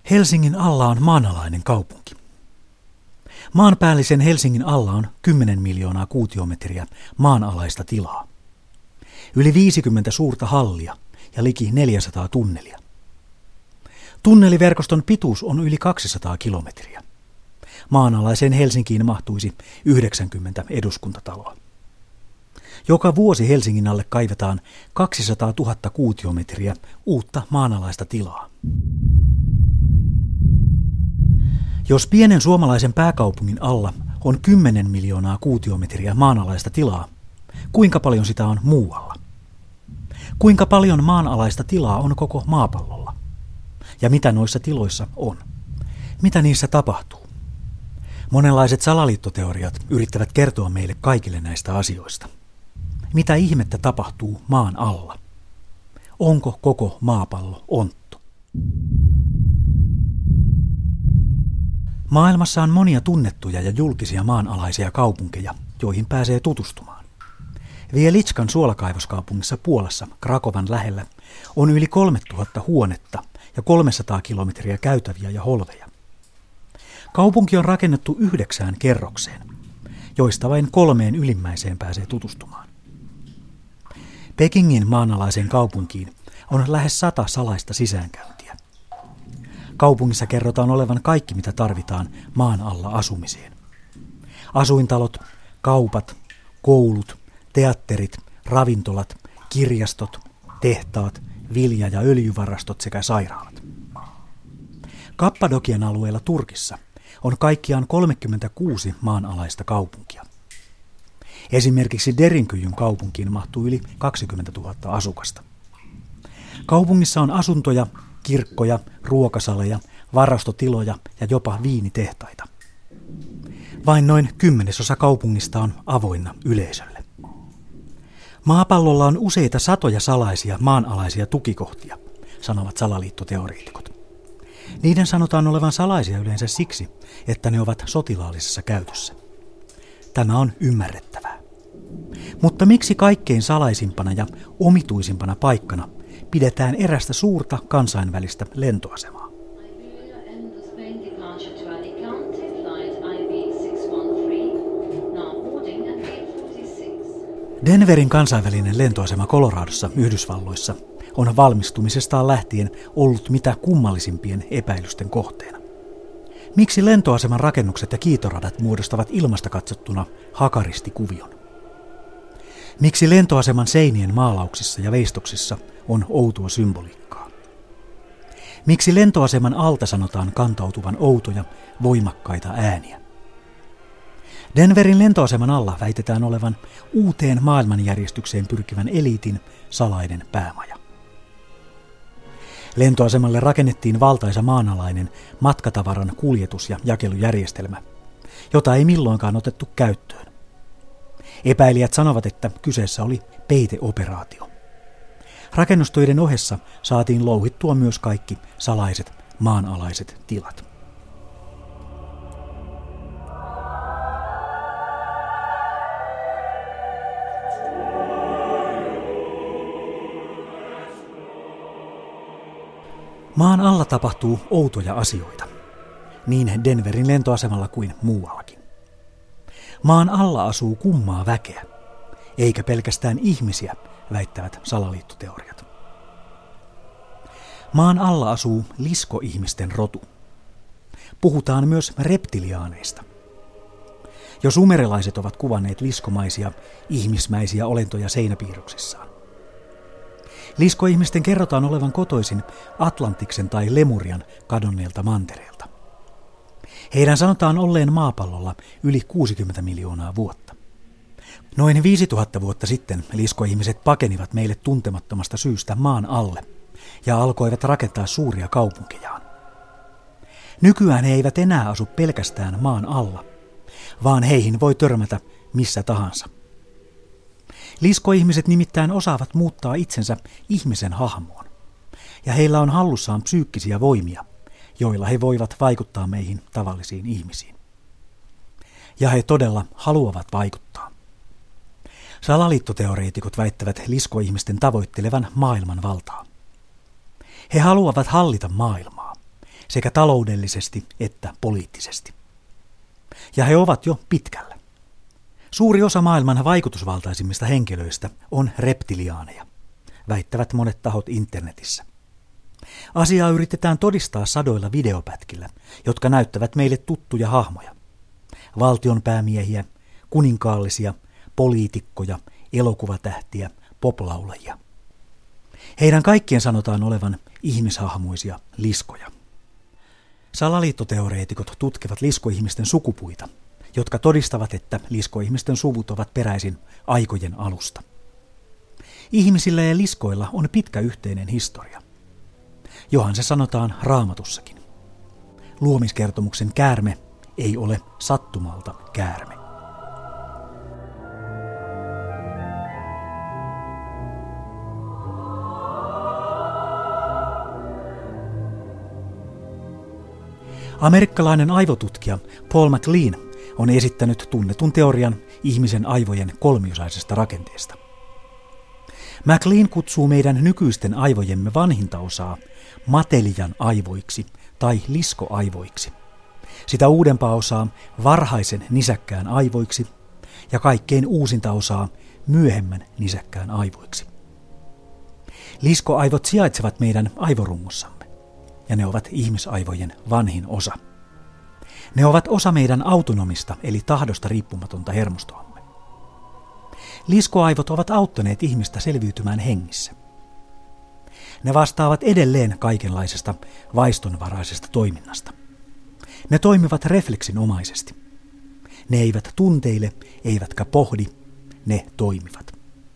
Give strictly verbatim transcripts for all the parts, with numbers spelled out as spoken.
Helsingin alla on maanalainen kaupunki. Maanpäällisen Helsingin alla on kymmenen miljoonaa kuutiometriä maanalaista tilaa. Yli viisikymmentä suurta hallia ja liki neljäsataa tunnelia. Tunneliverkoston pituus on yli kaksisataa kilometriä. Maanalaiseen Helsinkiin mahtuisi yhdeksänkymmentä eduskuntataloa. Joka vuosi Helsingin alle kaivetaan kaksisataatuhatta kuutiometriä uutta maanalaista tilaa. Jos pienen suomalaisen pääkaupungin alla on kymmenen miljoonaa kuutiometriä maanalaista tilaa, kuinka paljon sitä on muualla? Kuinka paljon maanalaista tilaa on koko maapallolla? Ja mitä noissa tiloissa on? Mitä niissä tapahtuu? Monenlaiset salaliittoteoriat yrittävät kertoa meille kaikille näistä asioista. Mitä ihmettä tapahtuu maan alla? Onko koko maapallo ontto? Maailmassa on monia tunnettuja ja julkisia maanalaisia kaupunkeja, joihin pääsee tutustumaan. Wieliczkan suolakaivoskaupungissa Puolassa, Krakowan lähellä, on yli kolmetuhatta huonetta ja kolmesataa kilometriä käytäviä ja holveja. Kaupunki on rakennettu yhdeksään kerrokseen, joista vain kolmeen ylimmäiseen pääsee tutustumaan. Pekingin maanalaiseen kaupunkiin on lähes sata salaista sisäänkäyntiä. Kaupungissa kerrotaan olevan kaikki, mitä tarvitaan maan alla asumiseen. Asuintalot, kaupat, koulut, teatterit, ravintolat, kirjastot, tehtaat, vilja- ja öljyvarastot sekä sairaalat. Kappadokian alueella Turkissa on kaikkiaan kolmekymmentäkuusi maanalaista kaupunkia. Esimerkiksi Derinkyjyn kaupunkiin mahtuu yli kaksikymmentätuhatta asukasta. Kaupungissa on asuntoja, kirkkoja, ruokasaleja, varastotiloja ja jopa viinitehtaita. Vain noin kymmenesosa kaupungista on avoinna yleisölle. Maapallolla on useita satoja salaisia maanalaisia tukikohtia, sanovat salaliittoteoreetikot. Niiden sanotaan olevan salaisia yleensä siksi, että ne ovat sotilaallisessa käytössä. Tämä on ymmärrettävää. Mutta miksi kaikkein salaisimpana ja omituisimpana paikkana pidetään erästä suurta kansainvälistä lentoasemaa? Denverin kansainvälinen lentoasema Coloradossa Yhdysvalloissa on valmistumisestaan lähtien ollut mitä kummallisimpien epäilysten kohteena. Miksi lentoaseman rakennukset ja kiitoradat muodostavat ilmasta katsottuna hakaristikuvion? Miksi lentoaseman seinien maalauksissa ja veistoksissa on outoa symboliikkaa? Miksi lentoaseman alta sanotaan kantautuvan outoja, voimakkaita ääniä? Denverin lentoaseman alla väitetään olevan uuteen maailmanjärjestykseen pyrkivän eliitin salainen päämaja. Lentoasemalle rakennettiin valtaisa maanalainen matkatavaran kuljetus- ja jakelujärjestelmä, jota ei milloinkaan otettu käyttöön. Epäilijät sanovat, että kyseessä oli peiteoperaatio. Rakennustöiden ohessa saatiin louhittua myös kaikki salaiset maanalaiset tilat. Maan alla tapahtuu outoja asioita, niin Denverin lentoasemalla kuin muuallakin. Maan alla asuu kummaa väkeä, eikä pelkästään ihmisiä, väittävät salaliittoteoriat. Maan alla asuu liskoihmisten rotu. Puhutaan myös reptiliaaneista. Jo sumerilaiset ovat kuvanneet liskomaisia, ihmismäisiä olentoja seinäpiirroksissaan. Liskoihmisten kerrotaan olevan kotoisin Atlantiksen tai Lemurian kadonneelta mantereelta. Heidän sanotaan olleen maapallolla yli kuusikymmentä miljoonaa vuotta. Noin viisituhatta vuotta sitten liskoihmiset pakenivat meille tuntemattomasta syystä maan alle ja alkoivat rakentaa suuria kaupunkejaan. Nykyään he eivät enää asu pelkästään maan alla, vaan heihin voi törmätä missä tahansa. Liskoihmiset nimittäin osaavat muuttaa itsensä ihmisen hahmoon, ja heillä on hallussaan psyykkisiä voimia, joilla he voivat vaikuttaa meihin tavallisiin ihmisiin. Ja he todella haluavat vaikuttaa. Salaliittoteoreetikot väittävät liskoihmisten tavoittelevan maailman valtaa. He haluavat hallita maailmaa, sekä taloudellisesti että poliittisesti. Ja he ovat jo pitkällä. Suuri osa maailman vaikutusvaltaisimmista henkilöistä on reptiliaaneja, väittävät monet tahot internetissä. Asiaa yritetään todistaa sadoilla videopätkillä, jotka näyttävät meille tuttuja hahmoja. Valtionpäämiehiä, kuninkaallisia, poliitikkoja, elokuvatähtiä, poplaulajia. Heidän kaikkien sanotaan olevan ihmishahmoisia liskoja. Salaliittoteoreetikot tutkivat liskoihmisten sukupuita, jotka todistavat, että liskoihmisten suvut ovat peräisin aikojen alusta. Ihmisillä ja liskoilla on pitkä yhteinen historia. Johan se sanotaan Raamatussakin. Luomiskertomuksen käärme ei ole sattumalta käärme. Amerikkalainen aivotutkija Paul MacLean on esittänyt tunnetun teorian ihmisen aivojen kolmiosaisesta rakenteesta. MacLean kutsuu meidän nykyisten aivojemme vanhinta osaa matelian aivoiksi tai liskoaivoiksi, sitä uudempaa osaa varhaisen nisäkkään aivoiksi ja kaikkein uusinta osaa myöhemmän nisäkkään aivoiksi. Liskoaivot sijaitsevat meidän aivorungossamme, ja ne ovat ihmisaivojen vanhin osa. Ne ovat osa meidän autonomista eli tahdosta riippumatonta hermostoamme. Liskoaivot ovat auttaneet ihmistä selviytymään hengissä. Ne vastaavat edelleen kaikenlaisesta vaistonvaraisesta toiminnasta. Ne toimivat refleksinomaisesti. Ne eivät tunteile, eivätkä pohdi, ne toimivat.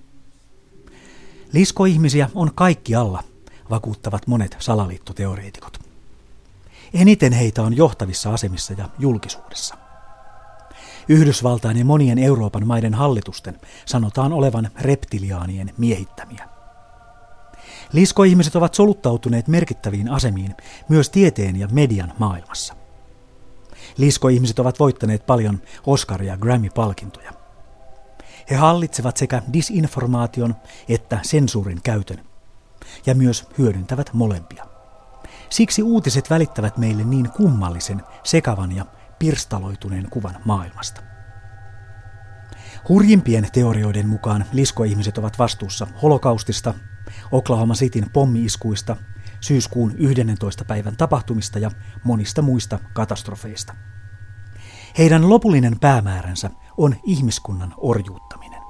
Liskoihmisiä on kaikkialla, vakuuttavat monet salaliittoteoreetikot. Eniten heitä on johtavissa asemissa ja julkisuudessa. Yhdysvaltain ja monien Euroopan maiden hallitusten sanotaan olevan reptiliaanien miehittämiä. Liskoihmiset ovat soluttautuneet merkittäviin asemiin myös tieteen ja median maailmassa. Liskoihmiset ovat voittaneet paljon Oscar- ja Grammy-palkintoja. He hallitsevat sekä disinformaation että sensuurin käytön ja myös hyödyntävät molempia. Siksi uutiset välittävät meille niin kummallisen, sekavan ja pirstaloituneen kuvan maailmasta. Hurjimpien teorioiden mukaan liskoihmiset ovat vastuussa holokaustista, Oklahoma Cityn pommi-iskuista, syyskuun yhdennentoista päivän tapahtumista ja monista muista katastrofeista. Heidän lopullinen päämääränsä on ihmiskunnan orjuuttaminen.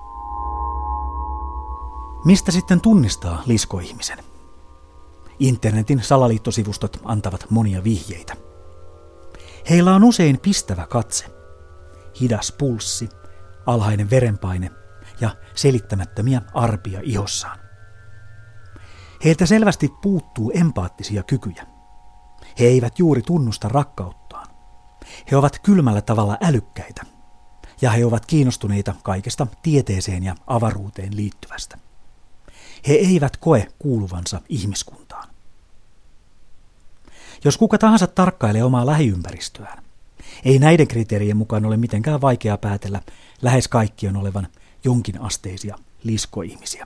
Mistä sitten tunnistaa liskoihmisen? Internetin salaliittosivustot antavat monia vihjeitä. Heillä on usein pistävä katse, hidas pulssi, alhainen verenpaine ja selittämättömiä arpia ihossaan. Heiltä selvästi puuttuu empaattisia kykyjä. He eivät juuri tunnusta rakkauttaan. He ovat kylmällä tavalla älykkäitä ja he ovat kiinnostuneita kaikesta tieteeseen ja avaruuteen liittyvästä. He eivät koe kuuluvansa ihmiskuntaan. Jos kuka tahansa tarkkailee omaa lähiympäristöään, ei näiden kriteerien mukaan ole mitenkään vaikeaa päätellä lähes kaikkien olevan jonkinasteisia liskoihmisiä.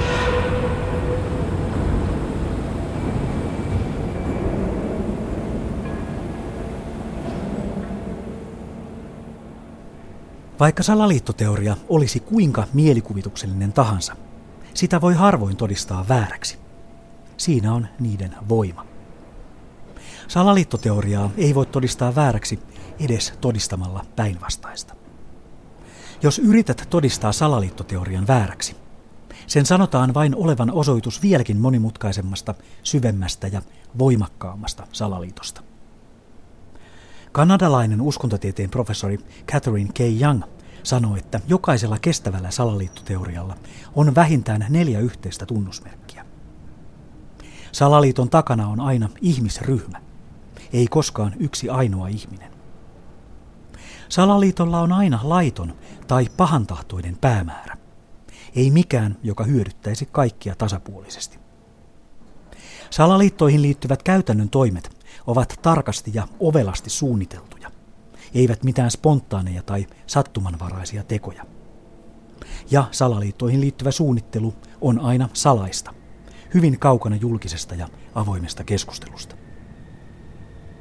Vaikka salaliittoteoria olisi kuinka mielikuvituksellinen tahansa, sitä voi harvoin todistaa vääräksi. Siinä on niiden voima. Salaliittoteoriaa ei voi todistaa vääräksi edes todistamalla päinvastaista. Jos yrität todistaa salaliittoteorian vääräksi, sen sanotaan vain olevan osoitus vieläkin monimutkaisemmasta, syvemmästä ja voimakkaammasta salaliitosta. Kanadalainen uskontotieteen professori Catherine K. Young sanoo, että jokaisella kestävällä salaliittoteorialla on vähintään neljä yhteistä tunnusmerkkiä. Salaliiton takana on aina ihmisryhmä, ei koskaan yksi ainoa ihminen. Salaliitolla on aina laiton tai pahantahtoinen päämäärä, ei mikään, joka hyödyttäisi kaikkia tasapuolisesti. Salaliittoihin liittyvät käytännön toimet ovat tarkasti ja ovelasti suunniteltuja, eivät mitään spontaaneja tai sattumanvaraisia tekoja. Ja salaliittoihin liittyvä suunnittelu on aina salaista, hyvin kaukana julkisesta ja avoimesta keskustelusta.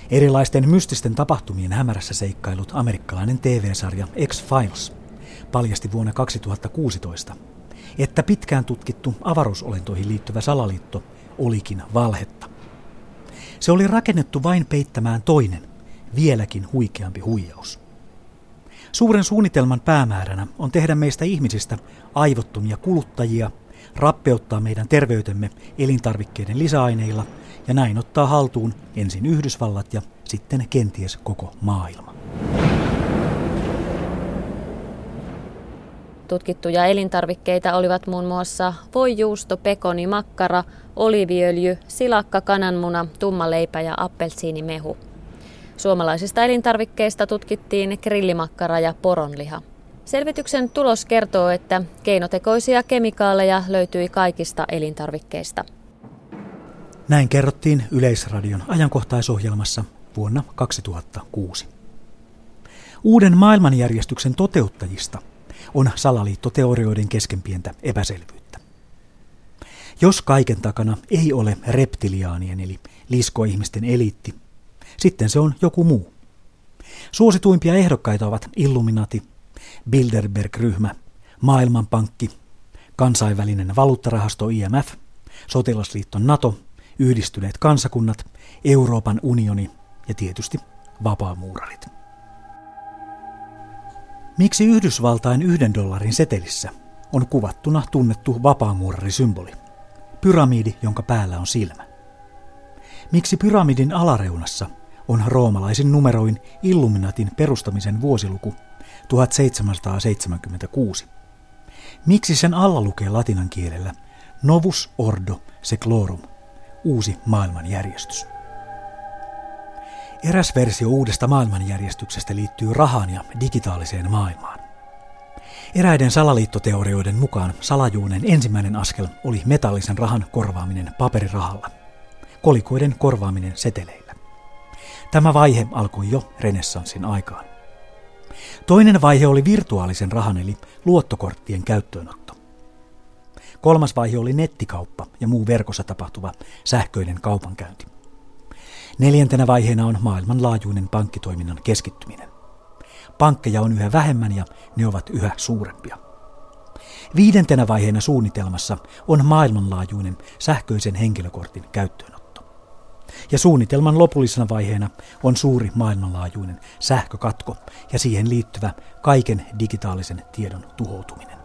Erilaisten mystisten tapahtumien hämärässä seikkailut amerikkalainen T V-sarja X-Files paljasti vuonna kaksituhattakuusitoista, että pitkään tutkittu avaruusolentoihin liittyvä salaliitto olikin valhetta. Se oli rakennettu vain peittämään toinen, vieläkin huikeampi huijaus. Suuren suunnitelman päämääränä on tehdä meistä ihmisistä aivottomia kuluttajia, rappeuttaa meidän terveytemme elintarvikkeiden lisäaineilla ja näin ottaa haltuun ensin Yhdysvallat ja sitten kenties koko maailma. Tutkittuja elintarvikkeita olivat muun muassa voijuusto, pekoni, makkara, oliiviöljy, silakka, kananmuna, tumma leipä ja appelsiinimehu. Suomalaisista elintarvikkeista tutkittiin grillimakkara ja poronliha. Selvityksen tulos kertoo, että keinotekoisia kemikaaleja löytyi kaikista elintarvikkeista. Näin kerrottiin Yleisradion ajankohtaisohjelmassa vuonna kaksituhattakuusi. Uuden maailmanjärjestyksen toteuttajista on salaliittoteorioiden kesken pientä epäselvyyttä. Jos kaiken takana ei ole reptiliaanien eli liskoihmisten eliitti, sitten se on joku muu. Suosituimpia ehdokkaita ovat Illuminati, Bilderberg-ryhmä, Maailmanpankki, kansainvälinen valuuttarahasto I M F, sotilasliitto NATO, Yhdistyneet kansakunnat, Euroopan unioni ja tietysti vapaamuurarit. Miksi Yhdysvaltain yhden dollarin setelissä on kuvattuna tunnettu vapaamuurarisymboli, pyramidi, jonka päällä on silmä? Miksi pyramidin alareunassa on roomalaisin numeroin Illuminatin perustamisen vuosiluku tuhatseitsemänsataaseitsemänkymmentäkuusi? Miksi sen alla lukee latinan kielellä Novus Ordo Seclorum, uusi maailmanjärjestys? Eräs versio uudesta maailmanjärjestyksestä liittyy rahaan ja digitaaliseen maailmaan. Eräiden salaliittoteorioiden mukaan salajuonen ensimmäinen askel oli metallisen rahan korvaaminen paperirahalla, kolikoiden korvaaminen seteleillä. Tämä vaihe alkoi jo renessanssin aikaan. Toinen vaihe oli virtuaalisen rahan eli luottokorttien käyttöönotto. Kolmas vaihe oli nettikauppa ja muu verkossa tapahtuva sähköinen kaupankäynti. Neljäntenä vaiheena on maailmanlaajuinen pankkitoiminnan keskittyminen. Pankkeja on yhä vähemmän ja ne ovat yhä suurempia. Viidentenä vaiheena suunnitelmassa on maailmanlaajuinen sähköisen henkilökortin käyttöönotto. Ja suunnitelman lopullisena vaiheena on suuri maailmanlaajuinen sähkökatko ja siihen liittyvä kaiken digitaalisen tiedon tuhoutuminen.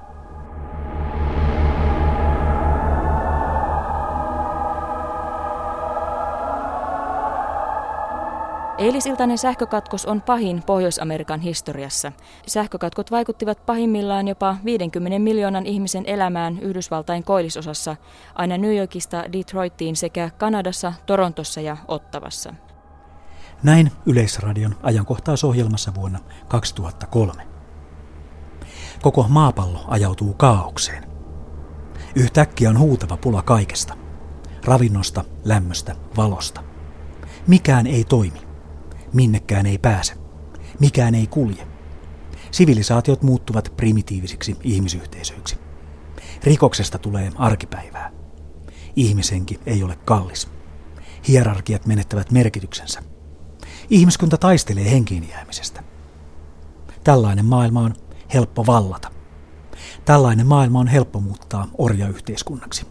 Eilisiltainen sähkökatkos on pahin Pohjois-Amerikan historiassa. Sähkökatkot vaikuttivat pahimmillaan jopa viidenkymmenen miljoonan ihmisen elämään Yhdysvaltain koillisosassa, aina New Yorkista Detroitiin sekä Kanadassa, Torontossa ja Ottawassa. Näin Yleisradion ajankohtaisohjelmassa vuonna kaksituhattakolme. Koko maapallo ajautuu kaaukseen. Yhtäkkiä on huutava pula kaikesta. Ravinnosta, lämmöstä, valosta. Mikään ei toimi. Minnekään ei pääse. Mikään ei kulje. Sivilisaatiot muuttuvat primitiivisiksi ihmisyhteisöiksi. Rikoksesta tulee arkipäivää. Ihmishenki ei ole kallis. Hierarkiat menettävät merkityksensä. Ihmiskunta taistelee henkiin jäämisestä. Tällainen maailma on helppo vallata. Tällainen maailma on helppo muuttaa orjayhteiskunnaksi.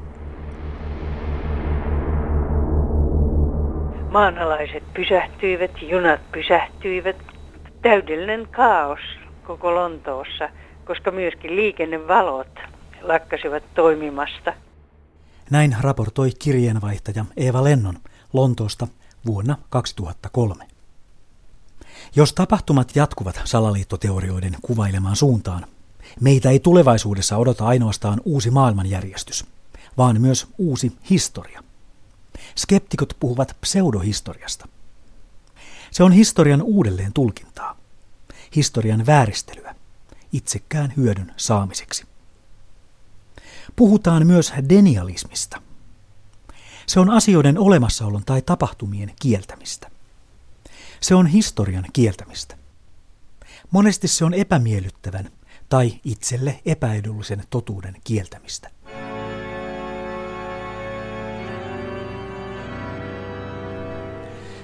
Maanalaiset pysähtyivät, junat pysähtyivät. Täydellinen kaos koko Lontoossa, koska myöskin liikennevalot lakkasivat toimimasta. Näin raportoi kirjeenvaihtaja Eeva Lennon Lontoosta vuonna kaksituhattakolme. Jos tapahtumat jatkuvat salaliittoteorioiden kuvailemaan suuntaan, meitä ei tulevaisuudessa odota ainoastaan uusi maailmanjärjestys, vaan myös uusi historia. Skeptikot puhuvat pseudohistoriasta. Se on historian uudelleen tulkintaa, historian vääristelyä, itsekään hyödyn saamiseksi. Puhutaan myös denialismista. Se on asioiden olemassaolon tai tapahtumien kieltämistä. Se on historian kieltämistä. Monesti se on epämiellyttävän tai itselle epäedullisen totuuden kieltämistä.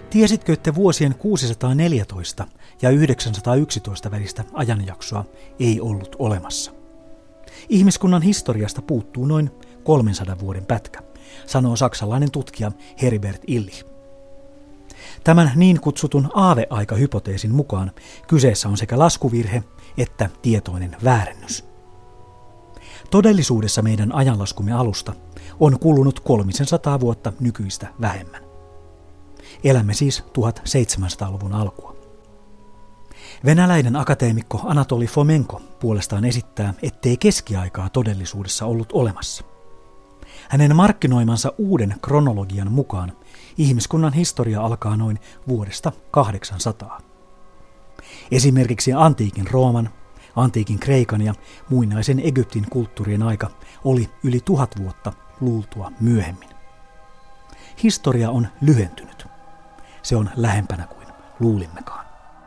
Tiesitkö, että vuosien kuusisataaneljätoista ja yhdeksänsataayksitoista välistä ajanjaksoa ei ollut olemassa? Ihmiskunnan historiasta puuttuu noin kolmensadan vuoden pätkä, sanoo saksalainen tutkija Heribert Illich. Tämän niin kutsutun aaveaikahypoteesin mukaan kyseessä on sekä laskuvirhe että tietoinen väärennys. Todellisuudessa meidän ajanlaskumme alusta on kulunut kolmisensataa vuotta nykyistä vähemmän. Elämme siis tuhatseitsemänsataaluvun alkua. Venäläinen akateemikko Anatoli Fomenko puolestaan esittää, ettei keskiaikaa todellisuudessa ollut olemassa. Hänen markkinoimansa uuden kronologian mukaan ihmiskunnan historia alkaa noin vuodesta kahdeksansataa. Esimerkiksi antiikin Rooman, antiikin Kreikan ja muinaisen Egyptin kulttuurien aika oli yli tuhat vuotta luultua myöhemmin. Historia on lyhentynyt. Se on lähempänä kuin luulimmekaan.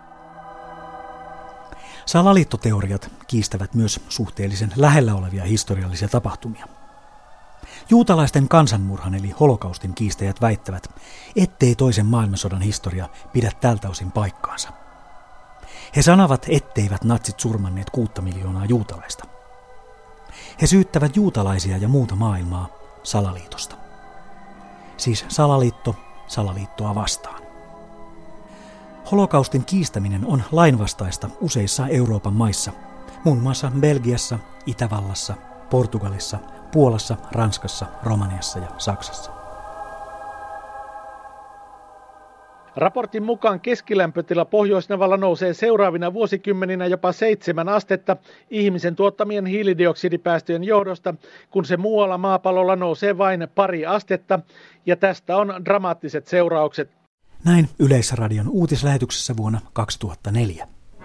Salaliittoteoriat kiistävät myös suhteellisen lähellä olevia historiallisia tapahtumia. Juutalaisten kansanmurhan eli holokaustin kiistäjät väittävät, ettei toisen maailmansodan historia pidä tältä osin paikkaansa. He sanovat, etteivät natsit surmanneet kuutta miljoonaa juutalaista. He syyttävät juutalaisia ja muuta maailmaa salaliitosta. Siis salaliitto salaliittoa vastaan. Holokaustin kiistäminen on lainvastaista useissa Euroopan maissa, muun muassa Belgiassa, Itävallassa, Portugalissa, Puolassa, Ranskassa, Romaniassa ja Saksassa. Raportin mukaan keskilämpötila Pohjoisnavalla nousee seuraavina vuosikymmeninä jopa seitsemän astetta ihmisen tuottamien hiilidioksidipäästöjen johdosta, kun se muualla maapallolla nousee vain pari astetta, ja tästä on dramaattiset seuraukset. Näin Yleisradion uutislähetyksessä vuonna kaksituhattaneljä.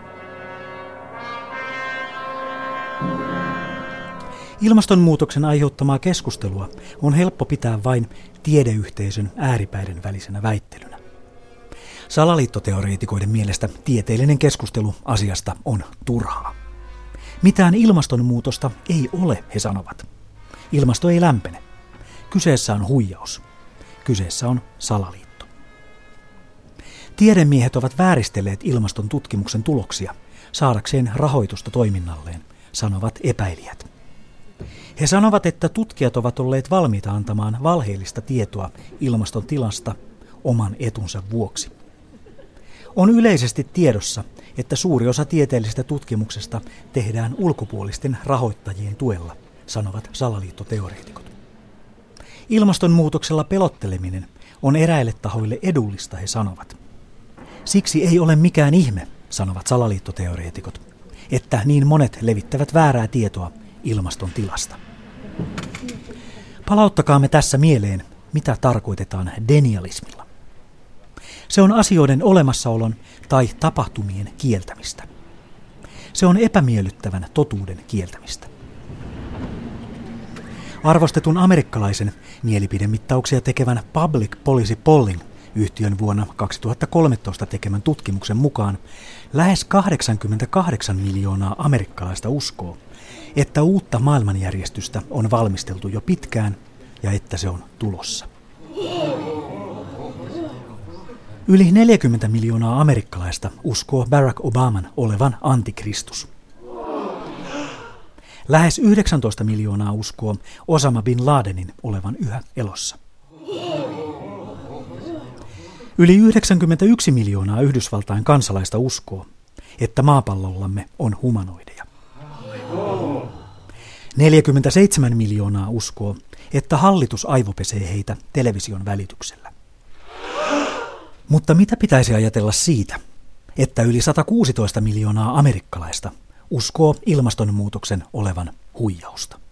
Ilmastonmuutoksen aiheuttamaa keskustelua on helppo pitää vain tiedeyhteisön ääripäiden välisenä väittelynä. Salaliittoteoreetikoiden mielestä tieteellinen keskustelu asiasta on turhaa. Mitään ilmastonmuutosta ei ole, he sanovat. Ilmasto ei lämpene. Kyseessä on huijaus. Kyseessä on salaliitto. Tiedemiehet ovat vääristelleet ilmaston tutkimuksen tuloksia saadakseen rahoitusta toiminnalleen, sanovat epäilijät. He sanovat, että tutkijat ovat olleet valmiita antamaan valheellista tietoa ilmaston tilasta oman etunsa vuoksi. On yleisesti tiedossa, että suuri osa tieteellisestä tutkimuksesta tehdään ulkopuolisten rahoittajien tuella, sanovat salaliittoteoreetikot. Ilmastonmuutoksella pelotteleminen on eräille tahoille edullista, he sanovat. Siksi ei ole mikään ihme, sanovat salaliittoteoreetikot, että niin monet levittävät väärää tietoa ilmaston tilasta. Palauttakaamme tässä mieleen, mitä tarkoitetaan denialismilla. Se on asioiden olemassaolon tai tapahtumien kieltämistä. Se on epämiellyttävän totuuden kieltämistä. Arvostetun amerikkalaisen mielipidemittauksia tekevän Public Policy Polling yhtiön vuonna kaksituhattakolmetoista tekemän tutkimuksen mukaan lähes kahdeksankymmentäkahdeksan miljoonaa amerikkalaista uskoo, että uutta maailmanjärjestystä on valmisteltu jo pitkään ja että se on tulossa. Yli neljäkymmentä miljoonaa amerikkalaista uskoo Barack Obaman olevan antikristus. Lähes yhdeksäntoista miljoonaa uskoo Osama bin Ladenin olevan yhä elossa. Yli yhdeksänkymmentäyksi miljoonaa Yhdysvaltain kansalaista uskoo, että maapallollamme on humanoideja. neljäkymmentäseitsemän miljoonaa uskoo, että hallitus aivopesee heitä television välityksellä. Mutta mitä pitäisi ajatella siitä, että yli satakuusitoista miljoonaa amerikkalaista uskoo ilmastonmuutoksen olevan huijausta?